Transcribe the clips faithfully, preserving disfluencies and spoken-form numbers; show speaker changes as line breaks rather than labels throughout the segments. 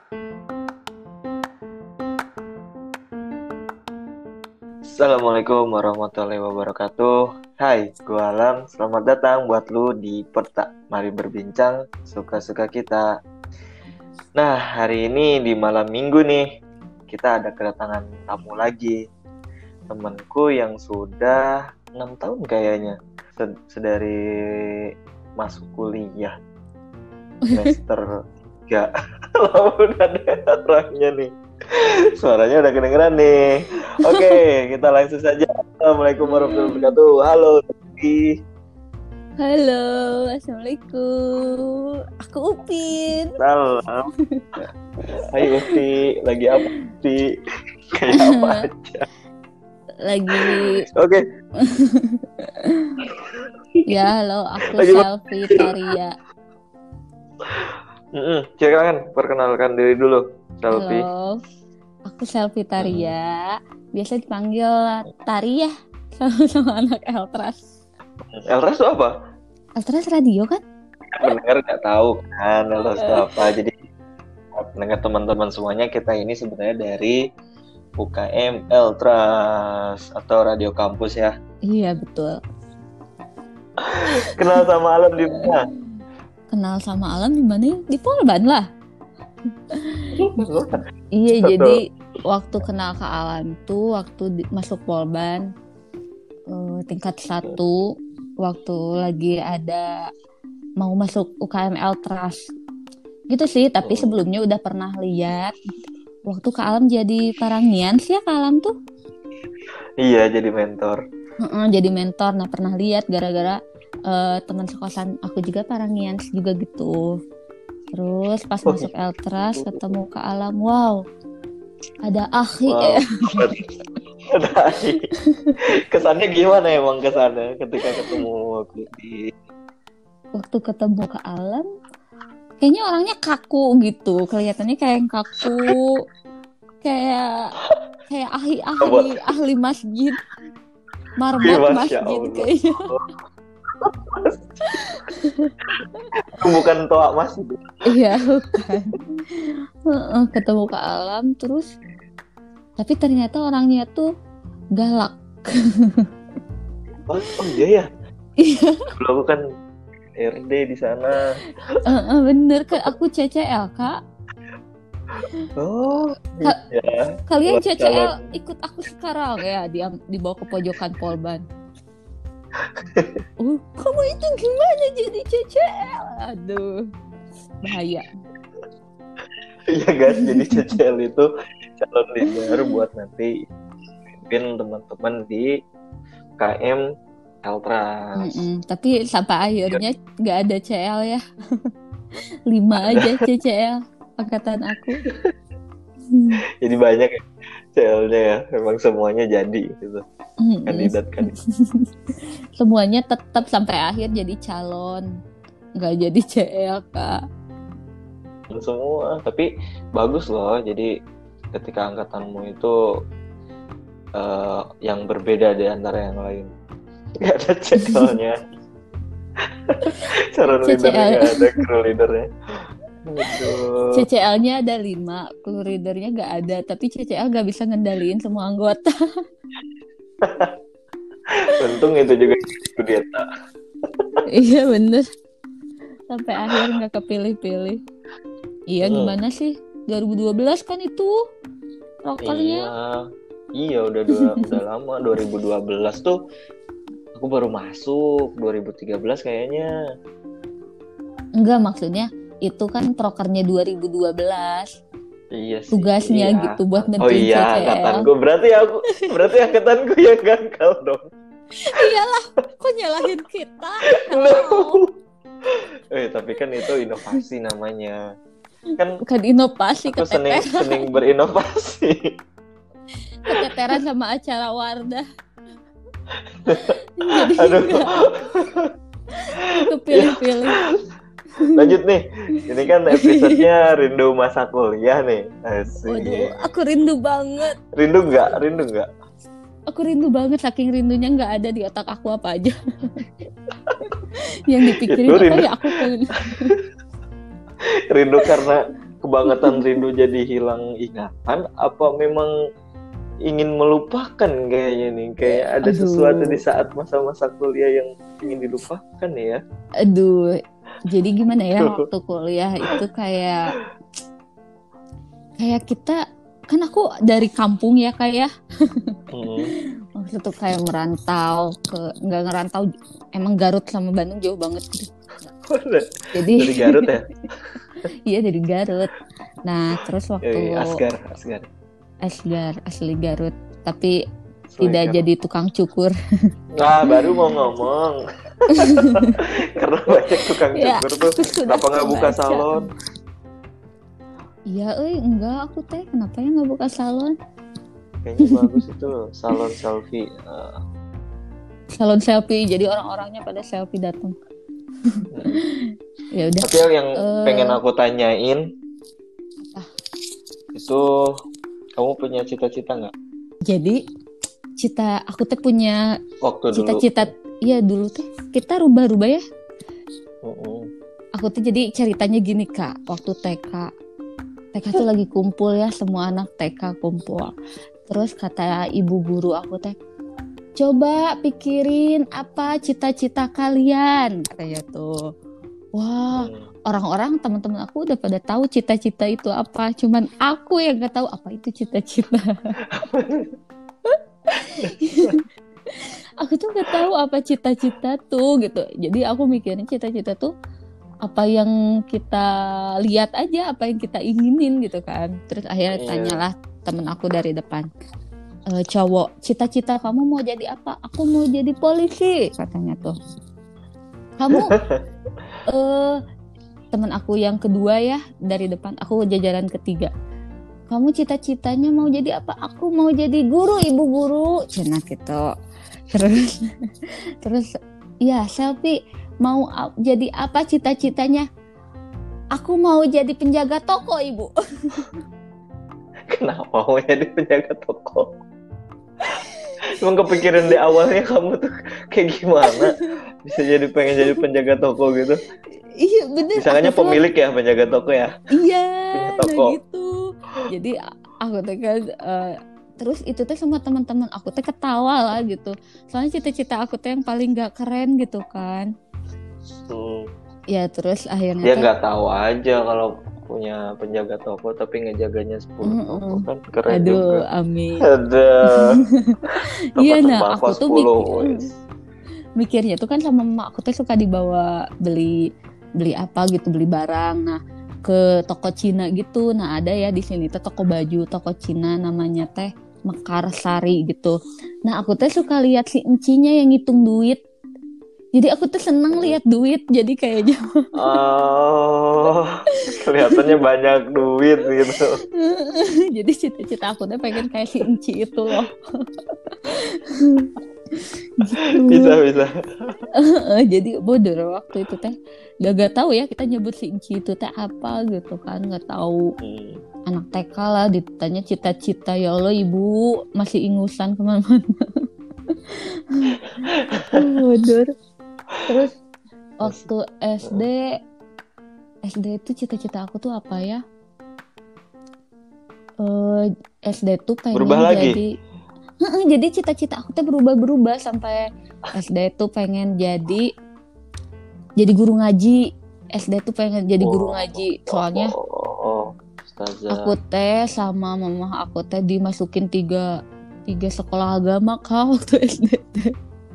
Assalamualaikum warahmatullahi wabarakatuh. Hai, gua Alam. Selamat datang buat lu di Perta. Mari berbincang, suka-suka kita. Nah, hari ini di malam minggu nih, kita ada kedatangan tamu lagi. Temanku yang sudah enam tahun kayaknya. Sedari masuk kuliah. Semester tiga. Lalu udah ada orangnya nih. Suaranya udah kedengeran nih. Oke, kita langsung saja. Assalamualaikum warahmatullahi wabarakatuh. Halo, Tuki.
Halo, assalamualaikum. Aku Upin.
Salam. Hai Uti, lagi apa Uti? Kayak apa aja?
Lagi.
Oke.
Ya, halo, aku
Lagi
Selvi Taria.
Mm-mm, silakan perkenalkan diri dulu, Selvi.
Halo, aku Selvi Taria. Biasa dipanggil Taria sama anak Eltras.
Eltras itu apa?
Eltras radio kan?
Pendengar nggak tahu kan Eltras itu apa. Jadi pendengar teman-teman semuanya, kita ini sebenarnya dari U K M Eltras atau Radio Kampus ya.
Iya, betul.
Kenal sama Alam di mana?
Kenal sama Alam di mana? Di Polban lah. Iya,
Betul.
jadi waktu kenal ke Alam tuh waktu di, masuk Polban uh, tingkat satu, waktu lagi ada mau masuk U K M Eltras gitu sih. Tapi sebelumnya udah pernah lihat waktu Kak Alam jadi Parangians ya. Kak Alam tuh
Iya, jadi mentor.
uh-uh, jadi mentor. Nah, pernah lihat gara-gara uh, teman sekosan aku juga Parangians juga gitu. Terus pas
Oh.
masuk Eltras ketemu Kak Alam, wow, ada Ahi.
Wow. Ada Ahi. Kesannya gimana emang kesannya ketika ketemu aku di
Waktu ketemu Kak Alam kayaknya orangnya kaku gitu, kelihatannya kayak yang kaku, kayak kayak ahli-ahli ahli masjid, marbot
Masya
masjid
Allah.
kayaknya.
Itu bukan toa masjid.
Iya, bukan. Heeh, ketemu Kak Alam terus, tapi ternyata orangnya tuh galak.
Oh, oh iya ya.
Iya.
Dulu aku kan R D di sana.
Heeh, bener, kayak aku C C L Kak.
Oh,
Ka-
iya.
Kalian
Buat
C C L
calon.
ikut aku sekarang ya, di dibawa ke pojokan Polban. Oh, kamu itu gimana jadi C C L? Aduh, bahaya.
Iya guys, jadi C C L itu calon leader buat nanti pimpin teman-teman di K M Eltras.
Mm-mm. Tapi sampai akhirnya nggak ada C L ya. Lima aja C C L angkatan aku. Hmm.
Jadi banyak ya C L-nya ya, memang semuanya jadi gitu.
Mm-mm.
Kandidat kan.
Semuanya tetap sampai akhir jadi calon, nggak jadi C L Kak.
Semua, tapi bagus loh. Jadi ketika angkatanmu itu uh, yang berbeda di antara yang lain. Gak ada C L-nya. Calon
C C L.
leadernya gak ada, crew leadernya. Aduh.
C C L-nya ada lima, crew leadernya nggak ada, tapi C C L nggak bisa ngendaliin semua anggota.
Untung itu juga kudeta.
Iya bener, sampai akhir nggak kepilih-pilih. Iya,
Hmm.
gimana sih, dua ribu dua belas kan itu rokernya.
Iya, iya udah dua, udah lama. dua ribu dua belas tuh aku baru masuk. dua ribu tiga belas kayaknya.
Enggak, maksudnya itu kan prokernya dua ribu dua belas.
Iya sih.
Tugasnya
iya.
gitu buat
Oh
nentuin
iya,
C C L.
angkatanku. Berarti aku, berarti angkatanku yang gagal dong.
Iyalah, kok nyalahin kita?
No. Eh, tapi kan itu inovasi namanya. Kan
Bukan inovasi,
aku seneng,
keteteran.
seneng berinovasi.
Keteteran sama acara Wardah. Jadi
Aduh.
kepilih-pilih.
Lanjut nih. Ini kan episodenya rindu masa kuliah nih. Asik.
Waduh, aku rindu banget.
Rindu nggak? Rindu nggak?
Aku rindu banget, saking rindunya nggak ada di otak aku apa aja. Yang dipikirin
Itu
apa
rindu.
ya aku pengen.
Rindu karena kebangetan rindu jadi hilang ingatan, apa memang ingin melupakan kayaknya nih? Kayak ada
Aduh.
sesuatu di saat masa-masa kuliah yang ingin dilupakan ya.
Aduh, jadi gimana ya waktu kuliah itu kayak kayak kita kan aku dari kampung ya kayak
Hmm.
waktu itu kayak merantau ke nggak ngerantau, emang Garut sama Bandung jauh banget gitu. Jadi
Dari Garut ya?
iya dari Garut. Nah terus waktu
Yoi, Asgar, Asgar.
Asgar asli Garut, tapi
Asli
tidak
Garut.
jadi tukang cukur.
Nah, baru mau ngomong. Karena banyak tukang
Ya,
cukur tuh.
aku sudah
Kenapa nggak buka
membaca.
salon?
Iya, eh enggak aku teh kenapa ya nggak buka salon?
Kayaknya bagus itu loh, salon selfie. Uh,
Salon selfie, jadi orang-orangnya pada selfie datang. Ya udah.
Tapi yang
Eh,
pengen aku tanyain
apa?
itu, kamu punya cita-cita nggak
Jadi cita aku teh punya
waktu dulu?
cita-cita, iya dulu teh kita rubah-rubah ya.
Mm-mm.
Aku tuh jadi ceritanya gini Kak, waktu T K. T K tuh lagi kumpul ya, semua anak T K kumpul. Terus kata ibu guru aku teh, coba pikirin apa cita-cita kalian, katanya tuh. Wah,
Hmm.
orang-orang teman-teman aku udah pada tahu cita-cita itu apa, cuman aku yang nggak tahu apa itu cita-cita. Aku tuh nggak tahu apa cita-cita tuh gitu. Jadi aku mikirin cita-cita tuh apa yang kita lihat aja, apa yang kita inginin gitu kan. Terus akhirnya
Iya.
tanyalah temen aku dari depan, e, cowok, cita-cita kamu mau jadi apa? Aku mau jadi polisi, katanya tuh. Kamu eh temen aku yang kedua ya dari depan, aku jajaran ketiga. Kamu cita-citanya mau jadi apa? Aku mau jadi guru, ibu guru, cina gitu. Terus terus ya selfie mau a- jadi apa cita-citanya? Aku mau jadi penjaga toko, ibu.
Kenapa mau jadi penjaga toko? Emang kepikiran di awalnya kamu tuh kayak gimana? Bisa jadi pengen jadi penjaga toko gitu?
Iya bener.
Misalnya
aku tuh-
pemilik ya, penjaga toko ya?
Iya,
Punya
nah
toko.
gitu. Jadi aku tuh kan eh, terus itu tuh sama teman-teman aku tuh ketawa lah gitu. Soalnya cita-cita aku tuh yang paling gak keren gitu kan.
Hmm.
Ya terus akhirnya
Dia
tuh
nggak tahu aja kalau punya penjaga toko tapi ngejaganya sepuluh
Mm-mm.
toko kan keren
aduh
juga.
amin.
Ada.
Iya
Toko
nah
tembakau
aku tuh
sepuluh,
mikir,
wes.
mikirnya tuh kan sama mama aku tuh suka dibawa beli beli apa gitu, beli barang. Nah ke toko Cina gitu. Nah ada ya di sini tuh toko baju, toko Cina namanya teh Mekarsari gitu. Nah aku tuh suka lihat si encinya yang ngitung duit. Jadi aku tuh seneng lihat duit. Jadi kayaknya
Oh, kelihatannya banyak duit gitu.
jadi cita-cita aku tuh pengen kayak si enci itu loh. Gitu.
Bisa bisa.
Eh, jadi bodoh waktu itu teh gak, gak tahu ya kita nyebut si Inci itu teh apa gitu kan, nggak tahu.
Hmm.
Anak T K lah ditanya cita-cita, ya Allah ibu masih ingusan kemana-mana. Bodoh. Terus waktu S D S D itu cita-cita aku tuh apa ya? Eh S D tuh pengen
Berubah lagi?
jadi Heeh, jadi cita-cita aku tuh berubah-berubah sampai S D tuh pengen jadi jadi guru ngaji. S D tuh pengen jadi guru
Oh,
ngaji. Soalnya
oh, oh, oh. Ustazah.
aku teh sama mama aku teh dimasukin tiga tiga sekolah agama Kak waktu S D teh.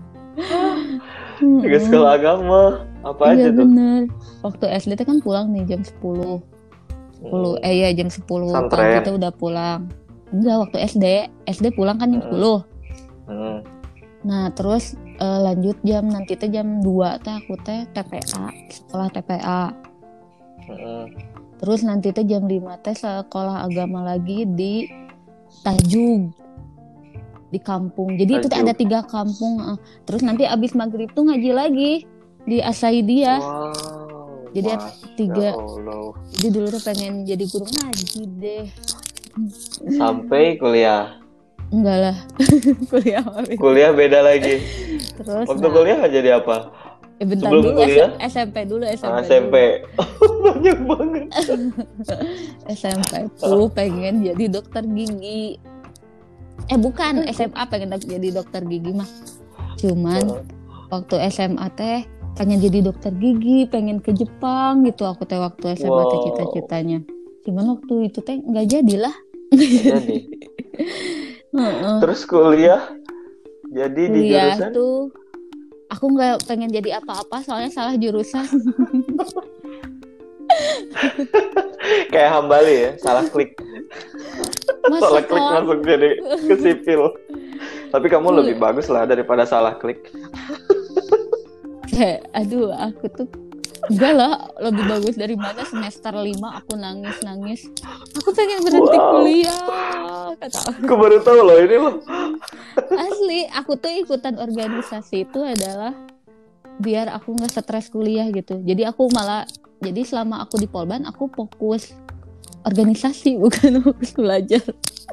Tiga sekolah agama apa
Iya
aja tuh?
bener. Waktu S D teh kan pulang nih jam sepuluh. sepuluh
Hmm.
eh ya jam sepuluh
Santren.
pagi tuh udah pulang. Enggak, waktu S D. S D pulang kan jam
Hmm.
sepuluh.
Hmm.
Nah, terus eh, lanjut jam nanti teh jam dua teh aku teh T P A, sekolah T P A.
Hmm.
Terus nanti teh jam lima teh sekolah agama lagi di Tajug. Di kampung. Jadi itu teh
Tajug.
ada tiga kampung. eh. Terus nanti abis maghrib tuh ngaji lagi di Asaidia.
Wow.
Jadi ada
Masya
tiga.
Allah.
Jadi dulu tuh pengen jadi guru ngaji deh.
Sampai kuliah.
Enggak lah. Kuliah apa beda.
Kuliah beda lagi.
Terus
Waktu
nah,
kuliah nggak jadi apa?
Eh bentar
Sebelum
dulu,
kuliah?
S M P dulu,
Ah,
S M P
S M P.
dulu.
Banyak banget.
S M P tuh pengen jadi dokter gigi. Eh bukan, S M A pengen dok- jadi dokter gigi mah. Cuman
Heeh.
waktu S M A teh pengen jadi dokter gigi, pengen ke Jepang gitu aku teh waktu S M A teh
Wow,
cita-citanya. Cuman waktu itu teh nggak jadilah.
nggak jadi.
Heeh.
Terus kuliah jadi di
Kuliah
jurusan
tuh aku nggak pengen jadi apa-apa soalnya salah jurusan.
kayak Hambali ya, salah klik.
Masa
Salah klik
kelar
masuk jadi ke sipil. Tapi kamu
Kul-
lebih bagus lah daripada salah klik.
kayak aduh aku tuh enggak lah, lebih bagus dari mana semester lima aku nangis-nangis. Aku pengen berhenti
Wow,
kuliah, kata aku.
aku baru tahu loh ini loh.
Asli, aku tuh ikutan organisasi itu adalah biar aku nggak stres kuliah gitu. Jadi aku malah, jadi selama aku di Polban aku fokus organisasi bukan fokus belajar.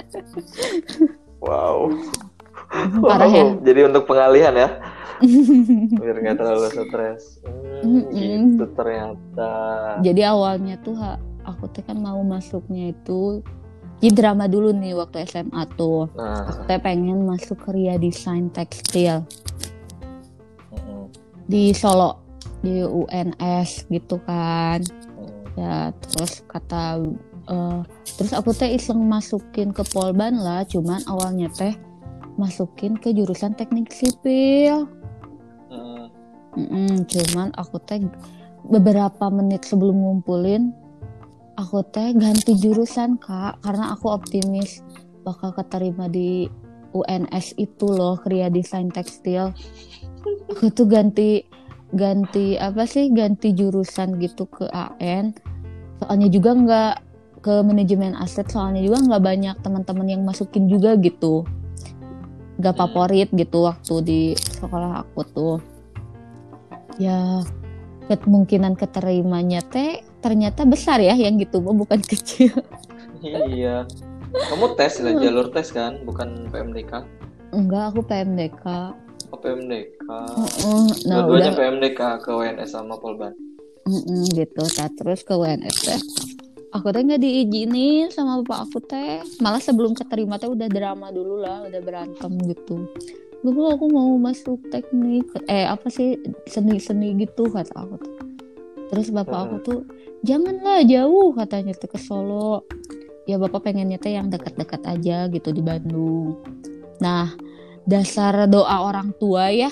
Wow.
Parah ya.
Wow. Jadi untuk pengalihan ya, biar nggak terlalu stres. Hmm,
Mm-mm.
gitu ternyata.
Jadi awalnya tuh ha, aku tuh kan mau masuknya itu di drama dulu nih waktu S M A tuh.
Nah,
Aku tuh pengen masuk ke Ria Desain Tekstil
mm-mm,
di Solo, di U N S gitu kan.
mm.
Ya terus kata eh, terus aku teh iseng masukin ke Polban lah, cuman awalnya teh masukin ke jurusan teknik sipil.
Mm.
Mm-mm, cuman aku teh beberapa menit sebelum ngumpulin aku teh ganti jurusan kak, karena aku optimis bakal keterima di U N S itu loh, Ria Desain Tekstil. Aku tuh ganti ganti apa sih ganti jurusan gitu ke A N, soalnya juga nggak ke manajemen aset, soalnya juga nggak banyak teman-teman yang masukin juga gitu, nggak
Hmm.
favorit gitu waktu di sekolah aku tuh. Ya kemungkinan keterimanya teh ternyata besar ya, yang gitu mah bukan kecil.
Iya. Kamu tes lah, jalur tes kan, bukan P M D K.
Enggak, aku P M D K.
Oh, P M D K.
Uh-uh. Nah
Dua-duanya
udah
P M D K ke W N S sama Polban.
uh-uh, gitu. Nah, terus ke W N S teh aku teh nggak diizinin sama bapak aku teh, malah sebelum keterima teh udah drama dulu lah, udah berantem gitu. Bapak aku mau masuk teknik, eh apa sih seni-seni gitu kata aku tuh. Terus bapak aku
Mm-mm.
tuh janganlah jauh katanya tuh ke Solo. Ya bapak pengennya teh yang dekat-dekat aja gitu di Bandung. Nah dasar doa orang tua ya,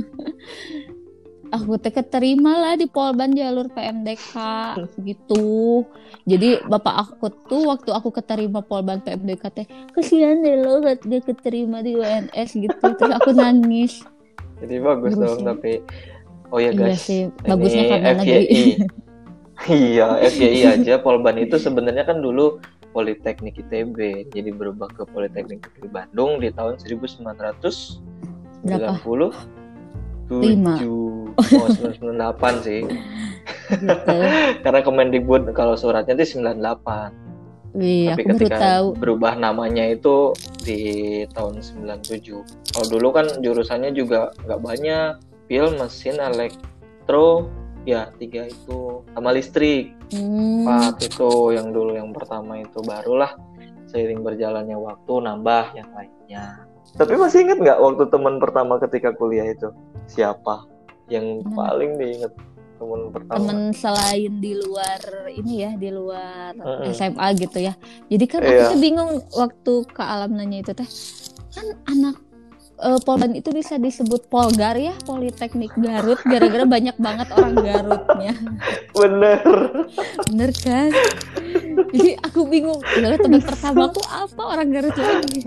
aku teh keterima lah di Polban jalur P M D K gitu. Jadi bapak aku tuh waktu aku keterima Polban P M D K teh, kesian deh lo gak keterima di U N S gitu. Terus aku nangis.
Jadi bagus dong,
Bagusnya,
tapi oh ya
iya
guys,
sih, bagusnya
ini
karena
F Y I.
negeri.
Iya, F Y I aja Polban itu sebenarnya kan dulu Politeknik I T B, jadi berubah ke Politeknik Negeri Bandung di tahun seribu sembilan ratus sembilan puluh
Lima
tujuh. Oh, sembilan ratus sembilan puluh delapan sih.
gitu.
Karena Kemendikbud kalau suratnya itu sembilan puluh delapan.
Wih,
Tapi
aku baru
ketika
tahu.
berubah namanya itu di tahun sembilan puluh tujuh. Kalau dulu kan jurusannya juga nggak banyak, pil, mesin, elektro, ya tiga itu, sama listrik.
Hmm,
Empat itu yang dulu yang pertama itu, barulah seiring berjalannya waktu nambah yang lainnya. Tapi masih ingat nggak waktu teman pertama ketika kuliah itu siapa yang
temen,
paling diingat teman pertama?
temen selain di luar ini ya, di luar
Mm-mm.
S M A gitu ya. Jadi kan aku
Iya.
tuh bingung waktu ke alam nanya itu teh, kan anak eh, Polban itu bisa disebut Polgar ya, Politeknik Garut, gara-gara banyak banget orang Garutnya.
Bener.
Bener kan? Jadi aku bingung, ya teman pertama aku apa orang Garut lagi.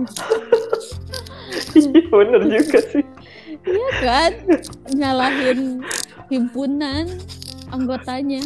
Iya bener juga sih.
Iya kan? Nyalahin himpunan anggotanya.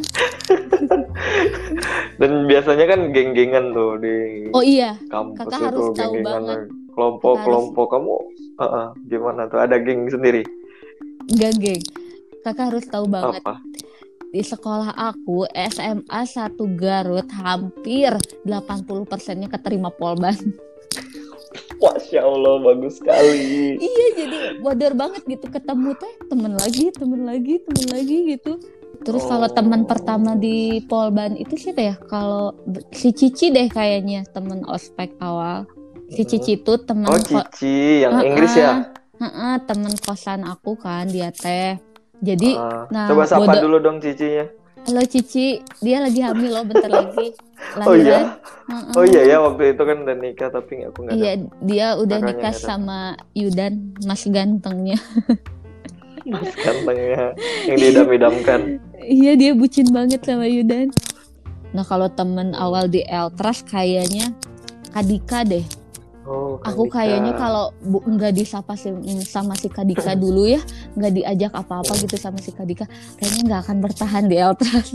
Dan biasanya kan geng-gengan tuh di
Oh iya,
kampus
kakak
itu,
harus tahu
geng-gengan
banget.
kelompok-kelompok. Kamu uh-uh, gimana tuh? Ada geng sendiri?
Enggak, geng. Kakak harus tahu banget.
Apa?
Di sekolah aku, S M A satu Garut, hampir delapan puluh persennya keterima Polban.
Masya Allah, bagus sekali.
Iya, jadi bodor banget gitu, ketemu teh temen lagi, temen lagi, temen lagi gitu. Terus kalau
Oh.
teman pertama di Polban itu siapa ya? Kalau si Cici deh kayaknya, temen ospek awal. Si Cici itu temen
Oh,
ko-
Cici yang
Heeh,
Inggris ya.
heeh, temen kosan aku kan dia teh. Jadi,
Ah,
nah
coba sapa
bodoh.
dulu dong Cicinya.
Halo Cici, dia lagi hamil loh, bentar lagi
Oh iya.
lahiran. Heeh.
Oh iya ya, waktu itu kan udah nikah tapi aku nggak
Iya,
ada.
dia udah
Kakaknya
nikah
nggak ada.
sama Yudan, mas gantengnya.
Mas gantengnya yang diidam-idamkan.
Iya, dia bucin banget sama Yudan. Nah, kalau temen awal di Eltras kayaknya Kadika deh.
Oh, Kang
Aku
Dika.
kayaknya kalau bu- nggak disapa si- sama si Kadika dulu ya, nggak diajak apa-apa gitu sama si Kadika, kayaknya nggak akan bertahan di Eltras.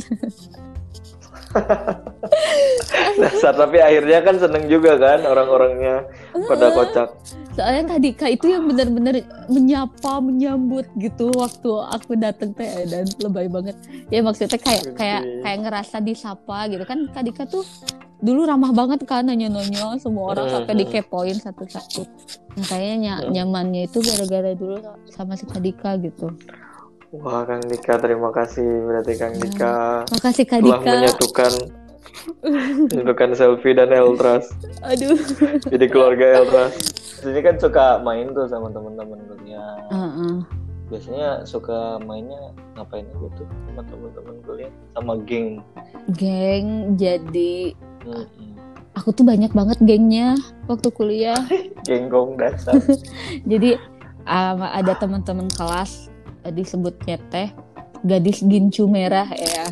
Dasar, tapi akhirnya kan seneng juga kan orang-orangnya pada kocak.
Soalnya Kadika itu yang benar-benar menyapa, menyambut gitu waktu aku dateng teh, dan lebay banget. Ya maksudnya kayak kayak
Oke.
kayak ngerasa disapa gitu kan. Kadika tuh dulu ramah banget kan, nanya-nanya semua orang sampai
Mhm.
dikepoin satu-satu. Nah, kayaknya ny- nyamannya itu gara-gara dulu sama si Kadika gitu.
Wah, Kang Dika, terima kasih berarti Kang
Ya,
Dika
makasih
telah
Kadika.
menyatukan menyatukan Selfie dan Eltras
Aduh.
jadi keluarga Eltras. Sini kan suka main tuh sama teman-teman kuliah.
Heeh.
Biasanya suka mainnya ngapain gitu sama teman-teman kuliah, sama geng.
Geng, jadi
Mm-mm.
aku tuh banyak banget gengnya waktu kuliah.
Genggong dasar.
Jadi um, ada teman-teman kelas, eh, disebutnya teh gadis gincu merah ya.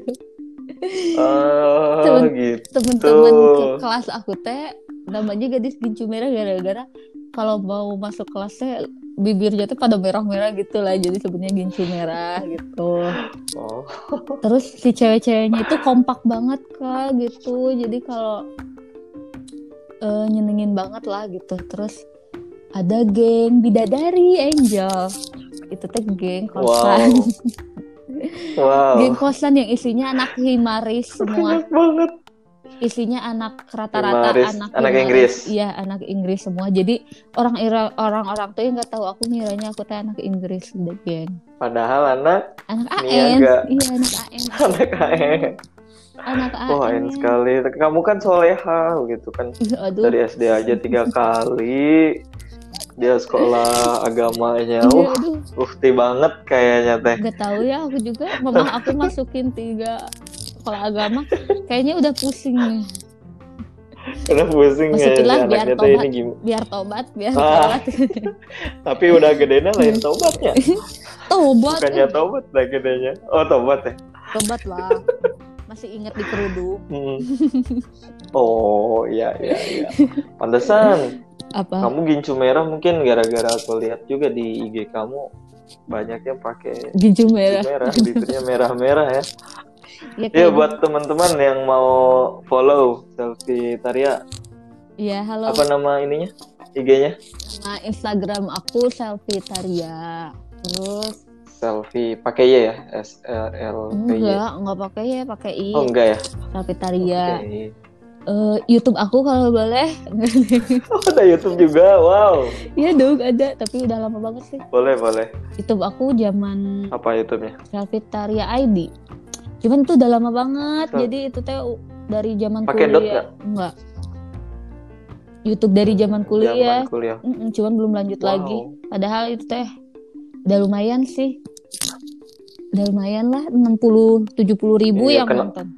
Oh,
Temen-
gitu.
Teman-teman ke kelas aku teh namanya gadis gincu merah gara-gara kalau mau masuk kelasnya bibirnya tuh pada merah-merah gitu lah, jadi sebutnya gincu merah gitu.
Oh.
Terus si cewek-ceweknya itu kompak banget Kak gitu, jadi kalau eh, nyenengin banget lah gitu. Terus ada geng bidadari Angel, itu teh geng kosan.
Wow.
Geng kosan yang isinya anak himaris semua.
Enak banget.
Isinya anak rata-rata
Himaris,
anak
anak
himaris.
Inggris.
Iya, anak Inggris semua. Jadi orang ira- orang-orang tuh yang nggak tahu aku ngiranya aku teh anak Inggris udah geng.
Padahal anak
Anak A N.
Niaga.
Iya, anak A N.
anak A N.
Anak A N.
Wah, keren sekali. Kamu kan soleha gitu kan.
Aduh.
Dari S D aja tiga kali. Dia sekolah agamanya.
Iya,
Uh,
aduh.
ufti banget kayaknya teh.
Gak tahu ya, aku juga memang aku masukin tiga sekolah agama kayaknya udah pusing nih.
Udah pusing ya.
Masukin lah biar
Anaknya teh
tobat,
ini gimana?
biar tobat, biar
Ah.
tobat.
Tapi udah gedenya lain tobatnya.
Tobat,
Bukannya
eh,
tobat lah gedenya. Oh, tobat ya.
tobat lah. Masih ingat di kerudung.
Hmm. Oh, iya iya iya. Pantesan
Apa?
kamu gincu merah mungkin gara-gara aku lihat juga di I G kamu banyaknya pakai
Gincu merah.
merah, bibirnya merah-merah ya.
Ya,
Ya
kayak
buat teman-teman yang mau follow Selfie Taria,
ya, halo.
apa nama ininya? I G-nya?
Nama Instagram aku Selfie Taria. Terus
Selfie pakai Y ya? S L V Y.
enggak, enggak pakai ya, pakai I.
Oh, enggak ya?
Selfie Taria.
Oke.
Eh, YouTube aku kalau boleh.
Oh, ada YouTube juga. Wow.
Iya dong, ada, tapi udah lama banget sih.
Boleh, boleh.
YouTube aku zaman
Apa YouTube-nya?
Selfie Taria I D. Cuman itu udah lama banget.
So,
Jadi itu teh dari zaman
pakai dot
kuliah. Enggak. YouTube dari zaman kuliah.
Zaman kuliah.
Mm-mm, cuman belum lanjut
Wow.
lagi. Padahal itu teh udah lumayan sih. Udah lumayan lah, enam puluh tujuh puluh ribu
Iya,
yang
kena-
nonton.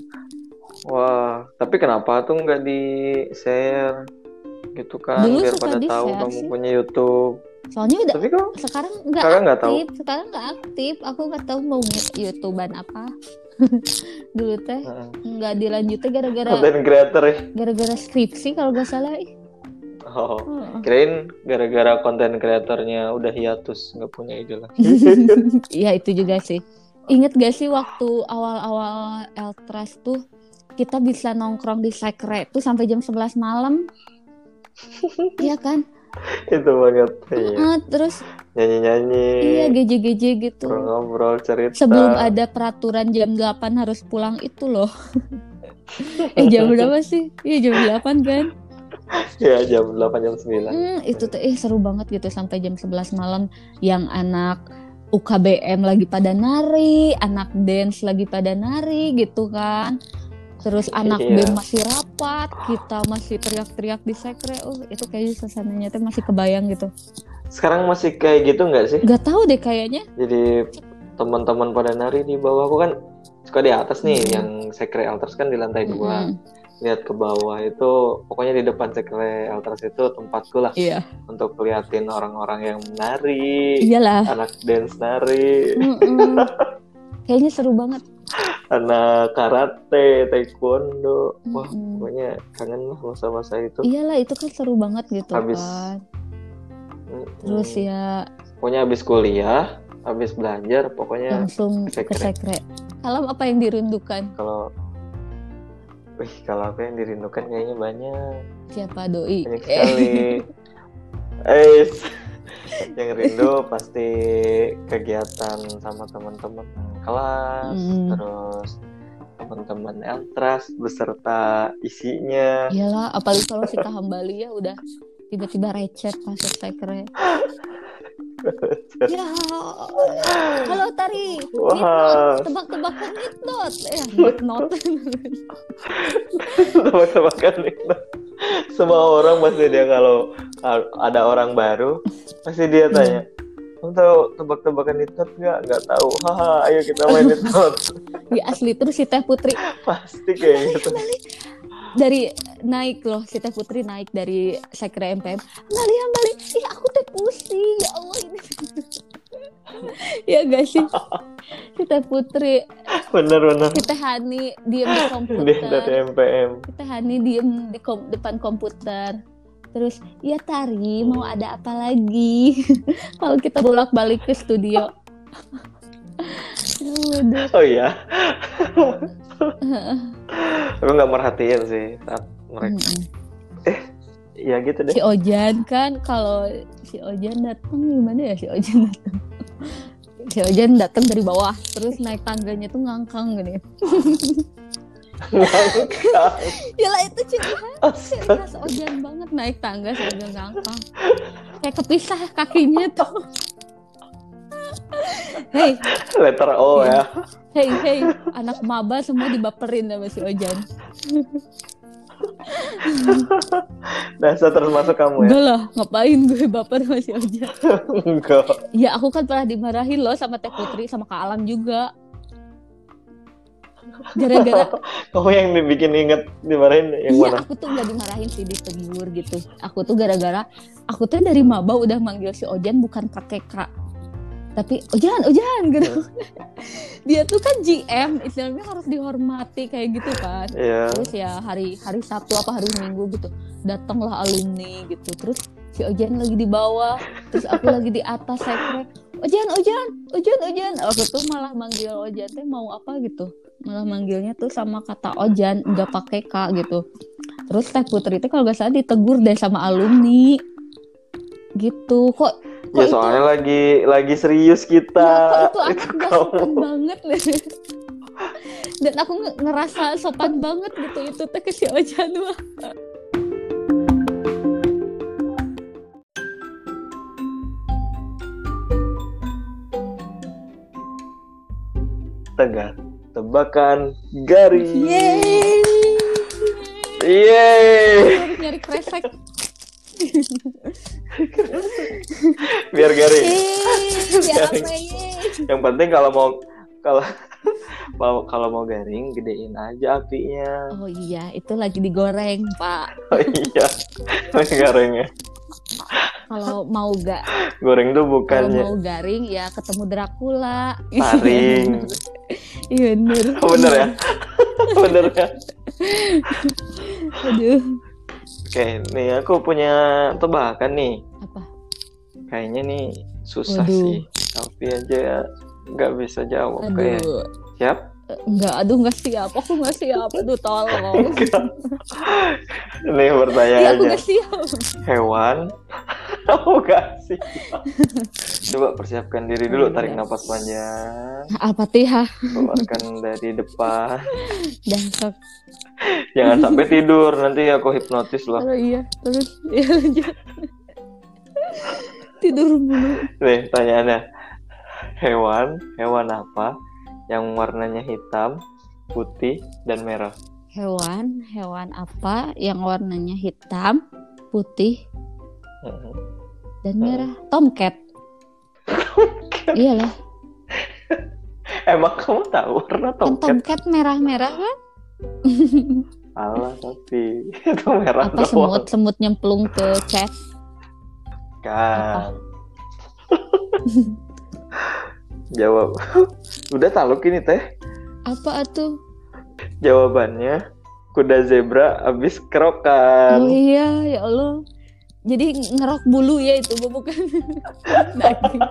Wah, tapi kenapa tuh nggak di-share gitu kan?
Dulu
Biar
suka
pada tahu
di-share
kamu
sih.
punya YouTube.
Soalnya udah
Tapi kok
sekarang nggak
kakak nggak tahu?
aktif. Sekarang nggak aktif. Aku nggak tahu mau YouTubean apa. Dulu teh
Heeh.
nggak dilanjutin gara-gara
Content creator ya?
gara-gara skripsi kalau nggak salah. ih.
Oh,
Oh.
kirain gara-gara konten kreatornya udah hiatus, nggak punya ide lagi.
Iya itu juga sih. Ingat gak sih waktu awal-awal Eltras tuh kita bisa nongkrong di Sekre tuh sampai jam sebelas malam. Iya kan?
Itu banget. Iya.
Ah, terus
Nyanyi-nyanyi,
iya geje-geje gitu.
ngobrol-ngobrol, cerita.
Sebelum ada peraturan jam delapan harus pulang itu loh. eh jam berapa sih? Iya jam delapan kan?
Ya jam delapan jam sembilan.
Hmm, itu tuh eh seru banget gitu sampai jam sebelas malam yang anak U K B M lagi pada nari, anak dance lagi pada nari gitu kan. Terus anak B E M
Iya.
masih rapat, kita masih teriak-teriak di sekre. Oh, itu kayaknya suasananya tuh masih kebayang gitu.
Sekarang masih kayak gitu nggak sih?
Gak tahu deh kayaknya.
Jadi teman-teman pada nari di bawah, aku kan suka di atas nih,
Hmm.
yang sekre altars kan di lantai dua.
Mm-mm.
Lihat ke bawah itu, pokoknya di depan sekre altars itu tempatku lah
Iya.
untuk liatin orang-orang yang menari,
Iyalah.
anak dance nari,
Mm-mm. Kayaknya seru banget.
anak karate, taekwondo. Wah,
Mm-mm.
pokoknya kangen lah masa-masa itu.
Iyalah itu kan seru banget gitu
Habis
kan.
mm,
Terus
mm.
ya
pokoknya habis kuliah, habis belajar, pokoknya
langsung
ke
ke
sekre.
sekre. Kalau apa yang dirindukan?
Kalau wih, kalau apa yang dirindukan kayaknya banyak,
Siapa doi?
banyak sekali. Eh, yang rindu pasti kegiatan sama teman-teman kelas,
Mm.
terus teman-teman Eltras beserta isinya.
Iyalah, apalagi kalau si Kahambali ya udah tiba-tiba recet masuk sekre. Ya, halo Tari,
Wah.
Nitnot, tebak-tebakan Nitnot, ya Nitnot.
Tebak-tebakan itu. Semua orang pasti dia kalau ada orang baru pasti dia tanya, kamu tahu tebak-tebakan Nitnot nggak? Nggak tahu. Haha, ayo kita main Nitnot.
Ya asli terus si Teh Putri
Pasti kayak gitu.
dari naik loh, si Teh Putri naik dari sekre M P M. Bali balik, ih aku teh pusing, ya Allah ini. Ya gak sih? Si Teh Putri,
Bener-bener.
si Teh Hani diem di
Dia
komputer.
dari M P M.
Si Teh Hani diem di kom- depan komputer. Terus, ya Tari mau ada apa lagi? Kalau kita bolak-balik ke studio. Ya
Oh iya. Aku nggak merhatiin sih saat mereka.
Mm-mm.
Eh, ya gitu deh.
Si Ojan kan kalau si Ojan datang gimana ya si Ojan datang? Si Ojan datang dari bawah terus naik tangganya tuh ngangkang gini.
Ngangkang.
Yalah itu ciri khas, ciri
Astaga.
khas Ojan banget naik tangga sambil ngangkang. Kayak kepisah kakinya tuh. Hei,
Letter O ya.
hei, hei, anak maba semua dibaperin sama si Ojan.
Dasar terus masuk kamu ya.
Enggak lah, ngapain gue baper sama si Ojan?
Enggak.
Ya aku kan pernah dimarahin loh sama Teh Putri sama Kak Alam juga. Gara-gara
Kamu yang dibikin inget dimarahin yang
iya,
mana?
aku tuh gak dimarahin sih, ditegur gitu. Aku tuh gara-gara aku tuh dari maba udah manggil si Ojan bukan pakai Kak, tapi Ojan, Ojan gitu. Dia tuh kan G M, istilahnya harus dihormati kayak gitu kan.
Iya.
Terus ya hari hari Sabtu apa hari Minggu gitu, datanglah alumni gitu. Terus si Ojan lagi di bawah, terus aku lagi di atas sekre. Ojan, Ojan, Ojan, Ojan. Aku tuh malah manggil Ojan teh mau apa gitu. Malah manggilnya tuh sama kata Ojan, nggak pakai Kak gitu. Terus Teh Putri itu kalau nggak salah ditegur deh sama alumni. Gitu. Kok kok
Ya
itu
soalnya lagi lagi serius kita.
ya, kok itu anak
Itu
gak
kamu.
sopan banget. Dan aku nge- ngerasa sopan banget gitu itu teh ke si Ojan mah.
Tegak tebakan garing.
Yeay.
Yeay.
Harus nyari kresek.
Biar garing.
Yeay, biar
Garing.
apa yeay.
Yang penting kalau mau kalau mau kalau mau garing gedein aja apinya.
Oh iya, itu lagi digoreng, Pak.
Oh iya. Garingnya.
Kalau mau gak
Goreng tuh
kalau
bukannya
mau garing ya ketemu Dracula.
taring.
Iya bener.
Oh, bener ya? Bener ya?
Aduh.
Oke, nih aku punya tebakan nih.
Apa?
Kayaknya nih susah
Waduh.
sih. Tapi aja nggak bisa jawab kayak.
Aduh.
Siap?
Enggak, aduh nggak siap. Aku nggak siap. Aduh tolong.
Nih
Iya
bertanya
aku
aja.
nggak siap.
Hewan? Aku nggak siap. Coba persiapkan diri dulu.
Oh,
Tarik
iya.
napas panjang.
Al-Fatihah.
Keluarkan dari depan.
Dasar.
Jangan sampai tidur, nanti aku hipnotis loh.
Oh iya, terus ya lanjut. Tidur mulu.
Nih, pertanyaannya. Hewan, hewan apa yang warnanya hitam, putih, dan merah?
Hewan, hewan apa yang warnanya hitam, putih,
Mm-mm.
dan merah? Tomcat. Iyalah,
Emang kamu tahu warna
kan
tomcat?
tomcat merah-merah kan?
Salah tapi itu merah
Apa
doang.
semut-semut nyemplung ke cat?
Kan. Jawab. Udah taluk ini teh.
Apa tuh?
Jawabannya kuda zebra abis
Oh
kerokan.
iya, ya Allah. Jadi ngerok bulu ya itu, bukan daging.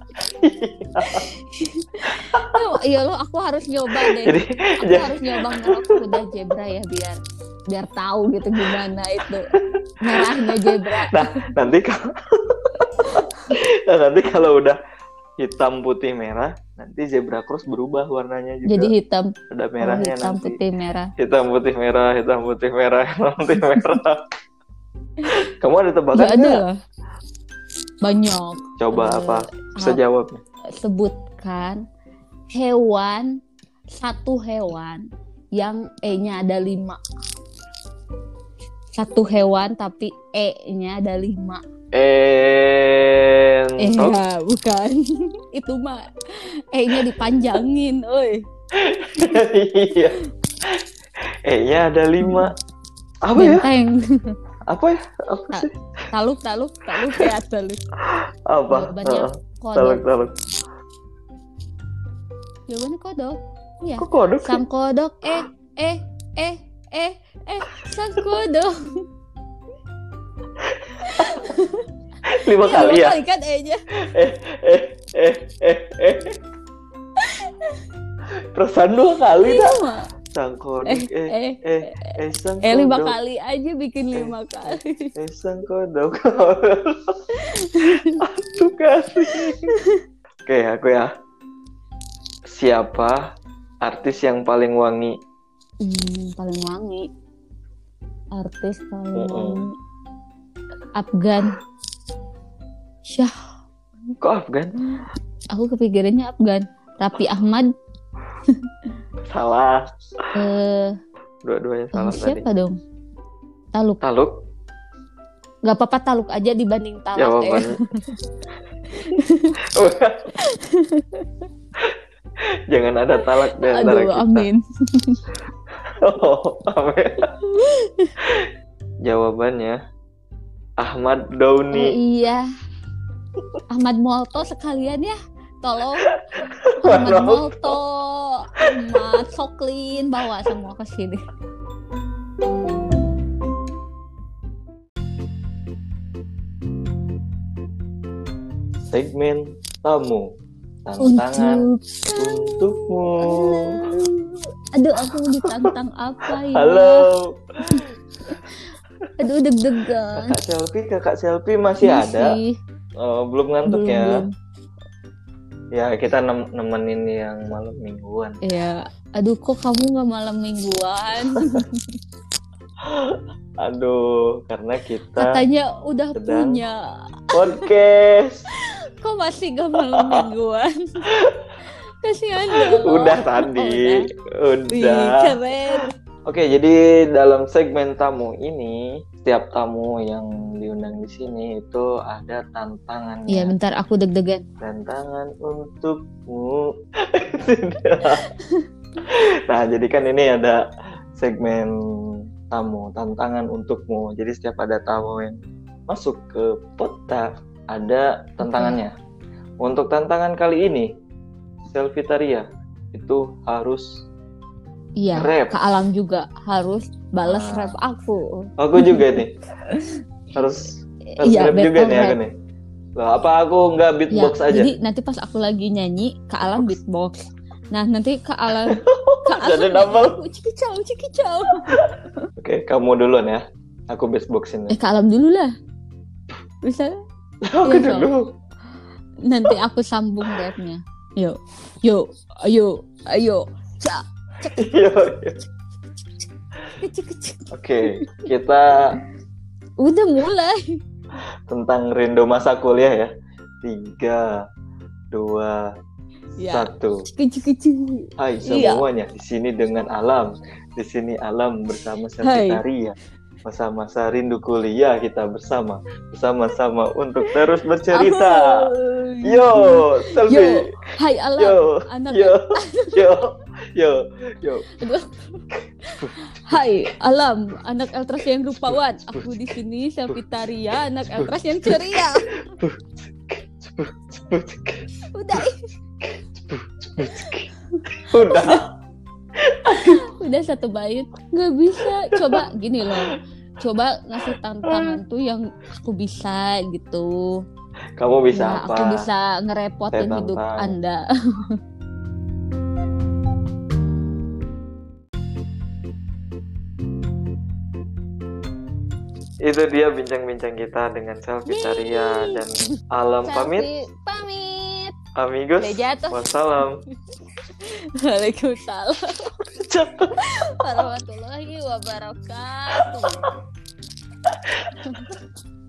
Oh, iya lo, aku harus nyoba deh.
Jadi
Aku
ja-
harus nyoba ngerok kuda zebra ya biar biar tahu gitu gimana itu merahnya zebra.
nah nanti kalau nah, nanti kalau udah hitam putih merah, nanti zebra cross berubah warnanya juga.
Jadi hitam,
Ada
oh,
merahnya
hitam
nanti.
putih merah.
Hitam putih merah, hitam putih merah, hitam putih merah. Kamu ada tebakan
Ya ada
nggak?
lah. Banyak.
Coba
Eh,
apa? Bisa
hal-
jawabnya.
Sebutkan hewan, satu hewan yang E-nya ada lima. Satu hewan tapi E-nya ada lima.
Eh,
Eh ya, bukan. Itu mah E-nya dipanjangin, oi.
iya. E-nya ada lima. Apa ya?
Benteng.
Apa ya? Apa sih?
Taluk, taluk, taluk ya, taluk.
Apa?
Jawabannya
Heeh.
kodok.
Taluk, taluk.
Jawabannya kodok. Iya.
Kok kodok sih?
Sang kodok, eh, eh, eh, eh, eh, sang kodok.
Lima kali ya?
Kali kan E-nya.
Eh, eh, eh, eh, eh. Perasaan dua kali dah.
Lima.
Sang kodok,
Eh,
eh,
eh,
eh, eh, sang
Eh lima
kodok.
kali aja bikin lima kali.
Eh, sang kodok. Aduh kasih. Oke, aku ya. Siapa artis yang paling wangi?
Hmm, paling wangi. Artis paling
Mm-mm.
wangi. Afgan. Syah.
Kok Afgan?
Aku kepikirannya Afgan. Raffi Ahmad.
Salah.
Eh,
Dua-duanya
eh,
salah tadi.
siapa dong? Taluk.
Taluk.
Gak apa-apa Taluk aja dibanding Talak ya.
Jawabannya. Jangan ada talak di antara
Aduh,
kita.
amin.
Oh, amin. Jawabannya Ahmad
Oh
Dauni.
iya. Ahmad Molto sekalian ya. Tolong. Ahmad
Ahmad
Molto. Ahmad Soklin bawa semua ke sini.
Segmen tamu. Tantangan
Untuk
untukmu.
Aduh, aku ditantang apa ya?
Halo.
Aduh, deg-degan.
Kakak selfie, kakak selfie masih ada.
Masih.
Oh, belum ngantuk
Belum,
ya?
belum.
Ya, kita nem- nemenin yang malam mingguan.
Ya, aduh kok kamu nggak malam mingguan?
Aduh, karena kita
Katanya udah
sedang-
punya.
podcast.
Kok masih nggak malam mingguan? Kasihan dong.
Udah tadi.
Oh, udah. Wih,
Udah.
keren.
Oke, jadi dalam segmen tamu ini, setiap tamu yang diundang di sini itu ada tantangannya.
Iya, bentar aku deg-degan.
Tantangan untukmu. Nah, jadi kan ini ada segmen tamu, tantangan untukmu. Jadi setiap ada tamu yang masuk ke peta, ada tantangannya. Untuk tantangan kali ini, Selvitaria itu harus
Iya,
Rap.
Kak Alam juga harus balas
Ah.
rap aku.
aku juga nih. Harus harus
Iya,
rap juga
battle
nih aku
rap.
nih. Loh, apa aku nggak beatbox
Ya,
aja?
jadi nanti pas aku lagi nyanyi, Kak Alam beatbox. Nah, nanti Kak Alam Kak
Jadi
Alam
double.
aku cikicau, cikicau.
Oke, kamu duluan ya. Aku beatboxin
Eh,
ya.
Kak Alam dulu lah. Bisa?
Aku
iya,
dulu.
Nanti aku sambung rapnya. Yuk, yuk, ayo, ayo. Cak.
Iya, iya.
kecil kecil.
Oke, kita
Udah mulai.
tentang rindu masa kuliah ya. Tiga, dua,
Ya.
satu.
Kecil kecil.
Hai
Iya.
semuanya, di sini dengan Alam. Di sini Alam bersama
Hai.
Selvitaria. Masa-masa rindu kuliah kita bersama, bersama-sama untuk terus bercerita.
Ahoy.
Yo, Selvi.
Yo, hai Alam,
Yo,
anak
yo, yo, yo, yo.
Aduh. Hai Alam, anak Eltras yang rupawan. Aku di sini Selvitaria, anak Eltras yang ceria. Udah,
Udah.
udah satu bait. Nggak bisa. Coba gini loh. Coba ngasih tantangan tuh yang aku bisa gitu.
Kamu bisa
Ya,
apa?
aku bisa ngerepotin
Saya
hidup
tantang.
Anda.
Itu dia bincang-bincang kita dengan Selvitaria dan Alam pamit.
Selfie pamit.
Amigos.
Udah jatuh.
Wassalam.
Waalaikumsalam warahmatullahi wabarakatuh.